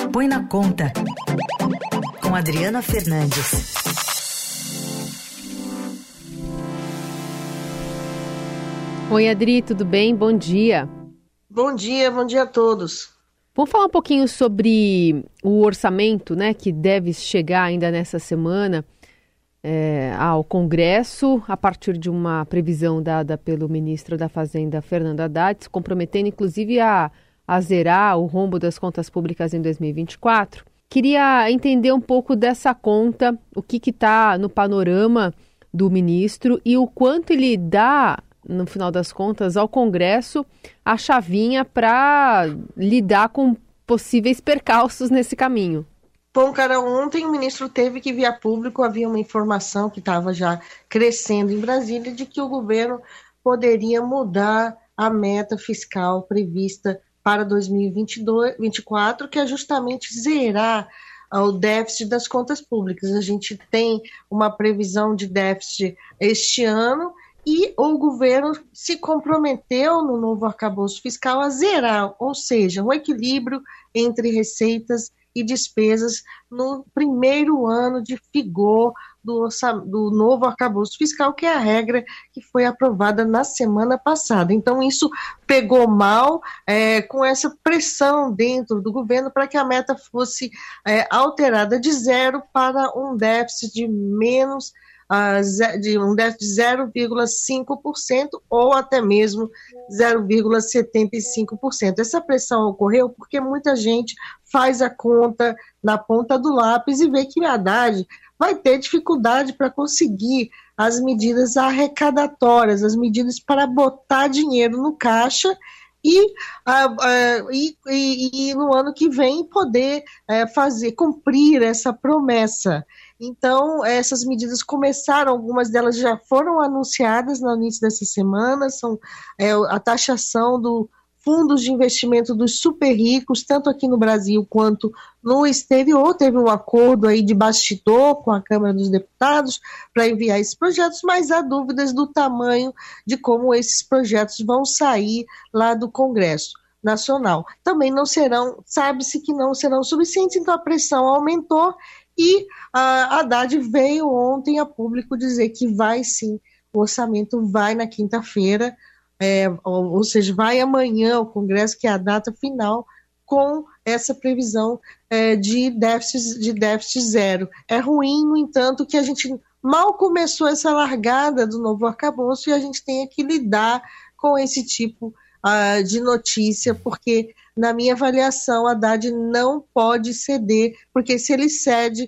Põe na Conta, com Adriana Fernandes. Oi, Adri, tudo bem? Bom dia. Bom dia a todos. Vamos falar um pouquinho sobre o orçamento, né, que deve chegar ainda nessa semana ao Congresso, a partir de uma previsão dada pelo ministro da Fazenda, Fernando Haddad, se comprometendo inclusive a zerar o rombo das contas públicas em 2024. Queria entender um pouco dessa conta, o que está no panorama do ministro e o quanto ele dá, no final das contas, ao Congresso a chavinha para lidar com possíveis percalços nesse caminho. Bom, cara, ontem o ministro teve que vir a público, havia uma informação que estava já crescendo em Brasília de que o governo poderia mudar a meta fiscal prevista para 2024, que é justamente zerar o déficit das contas públicas. A gente tem uma previsão de déficit este ano e o governo se comprometeu no novo arcabouço fiscal a zerar, ou seja, um equilíbrio entre receitas e despesas no primeiro ano de vigor do novo arcabouço fiscal, que é a regra que foi aprovada na semana passada. Então, isso pegou mal com essa pressão dentro do governo para que a meta fosse alterada de zero para um déficit de menos um déficit de 0,5% ou até mesmo 0,75%. Essa pressão ocorreu porque muita gente faz a conta na ponta do lápis e vê que a Haddad vai ter dificuldade para conseguir as medidas arrecadatórias, as medidas para botar dinheiro no caixa e no ano que vem poder cumprir essa promessa. Então, essas medidas começaram, algumas delas já foram anunciadas no início dessa semana, são a taxação do fundos de investimento dos super ricos, tanto aqui no Brasil quanto no exterior. Teve um acordo aí de bastidor com a Câmara dos Deputados para enviar esses projetos, mas há dúvidas do tamanho de como esses projetos vão sair lá do Congresso Nacional. Também não serão, sabe-se que não serão suficientes, então a pressão aumentou. E a Haddad veio ontem a público dizer que vai sim, o orçamento vai na quinta-feira, ou seja, vai amanhã ao Congresso, que é a data final, com essa previsão de déficit zero. É ruim, no entanto, que a gente mal começou essa largada do novo arcabouço e a gente tenha que lidar com esse tipo de notícia, porque, na minha avaliação, a Haddad não pode ceder, porque se ele cede,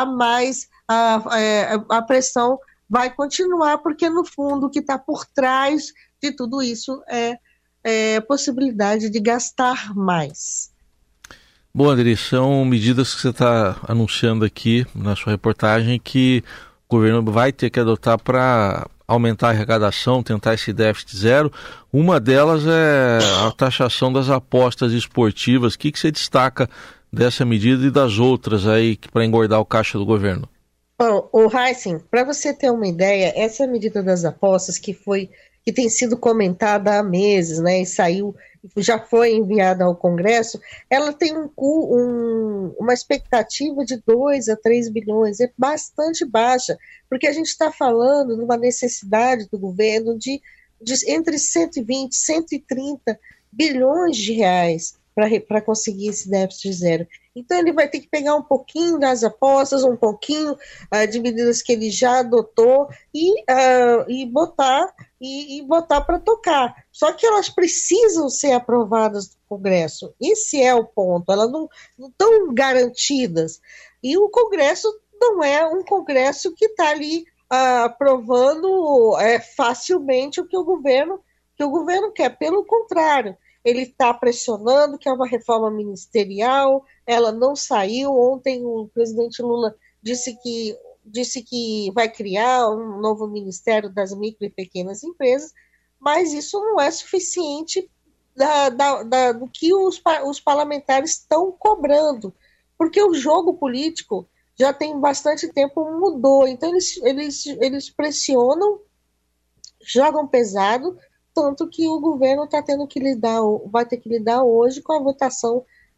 a pressão vai continuar, porque, no fundo, o que está por trás de tudo isso é a possibilidade de gastar mais. Bom, Adri, são medidas que você está anunciando aqui na sua reportagem que o governo vai ter que adotar para aumentar a arrecadação, tentar esse déficit zero. Uma delas é a taxação das apostas esportivas. O que você destaca dessa medida e das outras aí para engordar o caixa do governo? Bom, o Heisen, para você ter uma ideia, essa medida das apostas que tem sido comentada há meses, né, já foi enviada ao Congresso, ela tem uma expectativa de 2 a 3 bilhões, é bastante baixa, porque a gente está falando de uma necessidade do governo de entre 120 e 130 bilhões de reais para conseguir esse déficit zero. Então ele vai ter que pegar um pouquinho das apostas, um pouquinho de medidas que ele já adotou e botar para tocar. Só que elas precisam ser aprovadas no Congresso. Esse é o ponto. Elas não estão garantidas. E o Congresso não é um Congresso que está ali aprovando facilmente o que o governo quer. Pelo contrário, ele está pressionando, que é uma reforma ministerial, ela não saiu. Ontem o presidente Lula disse que vai criar um novo Ministério das Micro e Pequenas Empresas, mas isso não é suficiente do que os parlamentares estão cobrando, porque o jogo político já tem bastante tempo mudou, então eles pressionam, jogam pesado, tanto que o governo vai ter que lidar hoje com a votação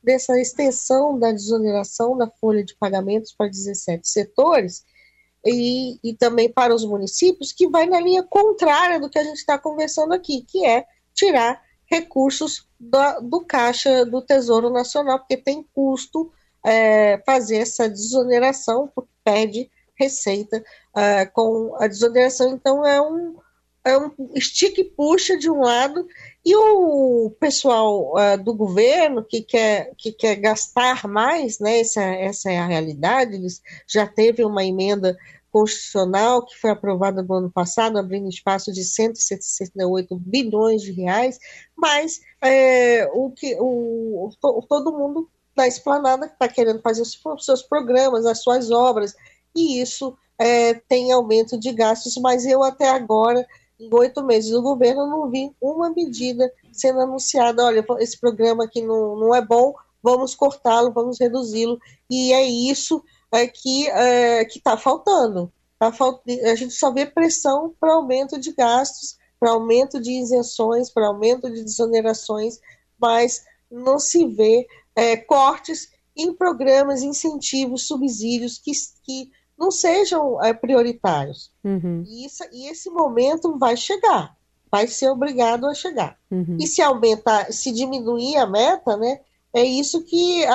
dessa extensão da desoneração da folha de pagamentos para 17 setores e também para os municípios, que vai na linha contrária do que a gente está conversando aqui, que é tirar recursos do caixa do Tesouro Nacional, porque tem custo fazer essa desoneração, porque perde receita com a desoneração. Então é um estica e puxa de um lado, e o pessoal do governo que quer gastar mais, né, essa é a realidade. Eles já teve uma emenda constitucional que foi aprovada no ano passado, abrindo espaço de 168 bilhões de reais, mas todo mundo da esplanada está querendo fazer os seus programas, as suas obras, e isso tem aumento de gastos, mas eu até agora, em 8 meses do governo, não vi uma medida sendo anunciada. Olha, esse programa aqui não é bom, vamos cortá-lo, vamos reduzi-lo, e é isso que está faltando. A gente só vê pressão para aumento de gastos, para aumento de isenções, para aumento de desonerações, mas não se vê cortes em programas, incentivos, subsídios que não sejam prioritários. Uhum. E esse momento vai chegar, vai ser obrigado a chegar. Uhum. E se aumentar, se diminuir a meta, né, é isso que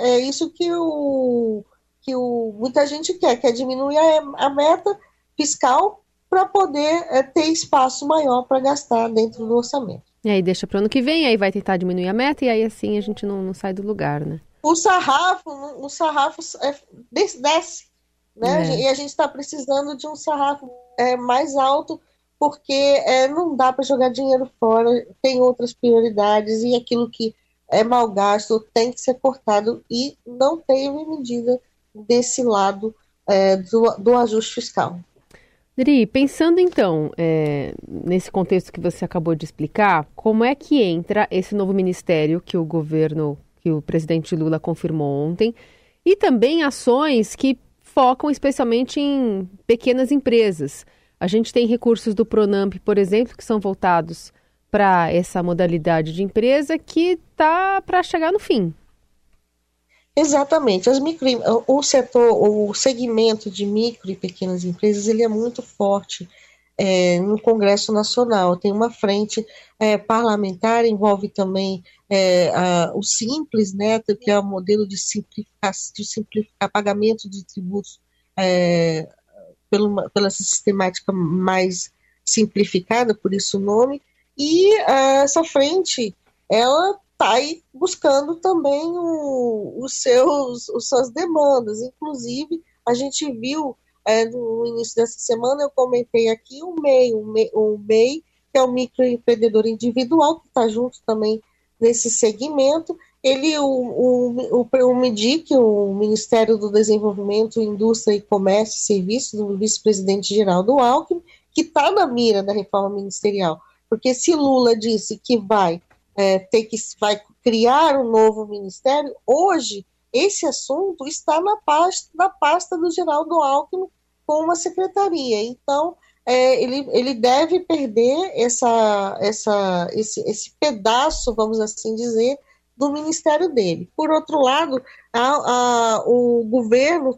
muita gente quer diminuir a meta fiscal para poder ter espaço maior para gastar dentro do orçamento. E aí deixa para o ano que vem, aí vai tentar diminuir a meta, e aí assim a gente não sai do lugar, né? O sarrafo desce, né? E a gente está precisando de um sarrafo mais alto, porque não dá para jogar dinheiro fora, tem outras prioridades, e aquilo que é mal gasto tem que ser cortado, e não teve medida desse lado do ajuste fiscal. Dri, pensando então nesse contexto que você acabou de explicar, como é que entra esse novo ministério que o presidente Lula confirmou ontem, e também ações que focam especialmente em pequenas empresas? A gente tem recursos do Pronamp, por exemplo, que são voltados para essa modalidade de empresa que está para chegar no fim. Exatamente. O segmento de micro e pequenas empresas, ele é muito forte no Congresso Nacional. Tem uma frente parlamentar, envolve também o Simples, né, que é o modelo de simplificar pagamento de tributos pela sistemática mais simplificada, por isso o nome. E essa frente, ela está aí buscando também suas demandas. Inclusive, a gente viu no início dessa semana, eu comentei aqui, o MEI, que é o microempreendedor individual, que está junto também nesse segmento. O MIDIC, o Ministério do Desenvolvimento, Indústria e Comércio e Serviços, do vice-presidente Geraldo Alckmin, que está na mira da reforma ministerial. Porque se Lula disse que vai criar um novo ministério, hoje esse assunto está na pasta do Geraldo Alckmin com uma secretaria. Então, ele deve perder esse pedaço, vamos assim dizer, do ministério dele. Por outro lado, o governo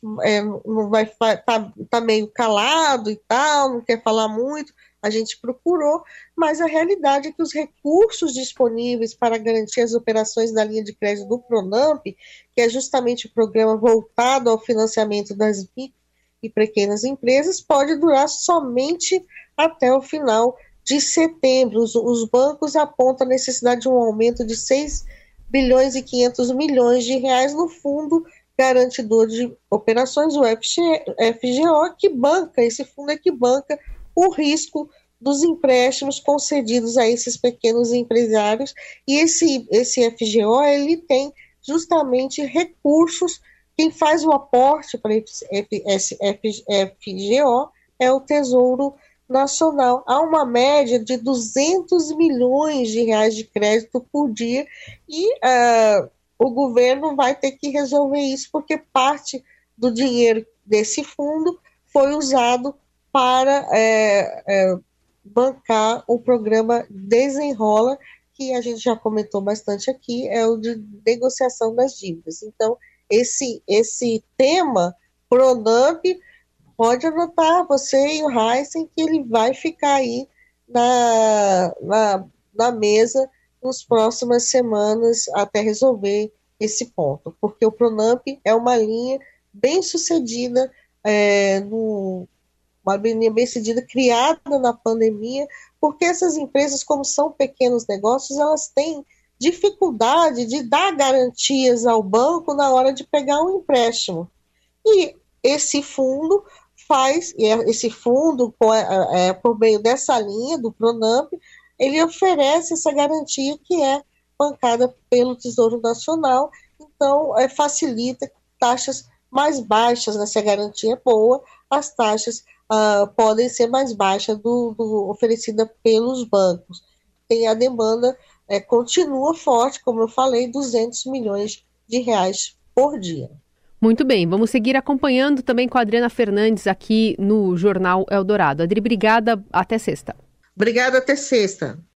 está meio calado e tal, não quer falar muito. A gente procurou, mas a realidade é que os recursos disponíveis para garantir as operações da linha de crédito do Pronamp, que é justamente o programa voltado ao financiamento das micro e pequenas empresas, pode durar somente até o final de setembro. Os bancos apontam a necessidade de um aumento de 6 bilhões e 500 milhões de reais no Fundo Garantidor de Operações, o FGO, esse fundo é que banca o risco dos empréstimos concedidos a esses pequenos empresários, e esse FGO, ele tem justamente recursos. Quem faz o aporte para esse FGO é o Tesouro Nacional. Há uma média de 200 milhões de reais de crédito por dia, e o governo vai ter que resolver isso, porque parte do dinheiro desse fundo foi usado para bancar o programa Desenrola, que a gente já comentou bastante aqui, é o de negociação das dívidas. Então, esse tema, Pronamp, pode anotar, você e o Heisen, que ele vai ficar aí na mesa nas próximas semanas até resolver esse ponto, porque o Pronamp é uma linha bem sucedida, uma linha bem sucedida criada na pandemia, porque essas empresas, como são pequenos negócios, elas têm dificuldade de dar garantias ao banco na hora de pegar um empréstimo. E esse fundo por meio dessa linha do Pronamp, ele oferece essa garantia que é bancada pelo Tesouro Nacional, então facilita taxas mais baixas, né? Se a garantia é boa, as taxas podem ser mais baixas oferecida pelos bancos. Tem a demanda, continua forte, como eu falei, 200 milhões de reais por dia. Muito bem, vamos seguir acompanhando também com a Adriana Fernandes aqui no Jornal Eldorado. Adri, obrigada, até sexta. Obrigada, até sexta.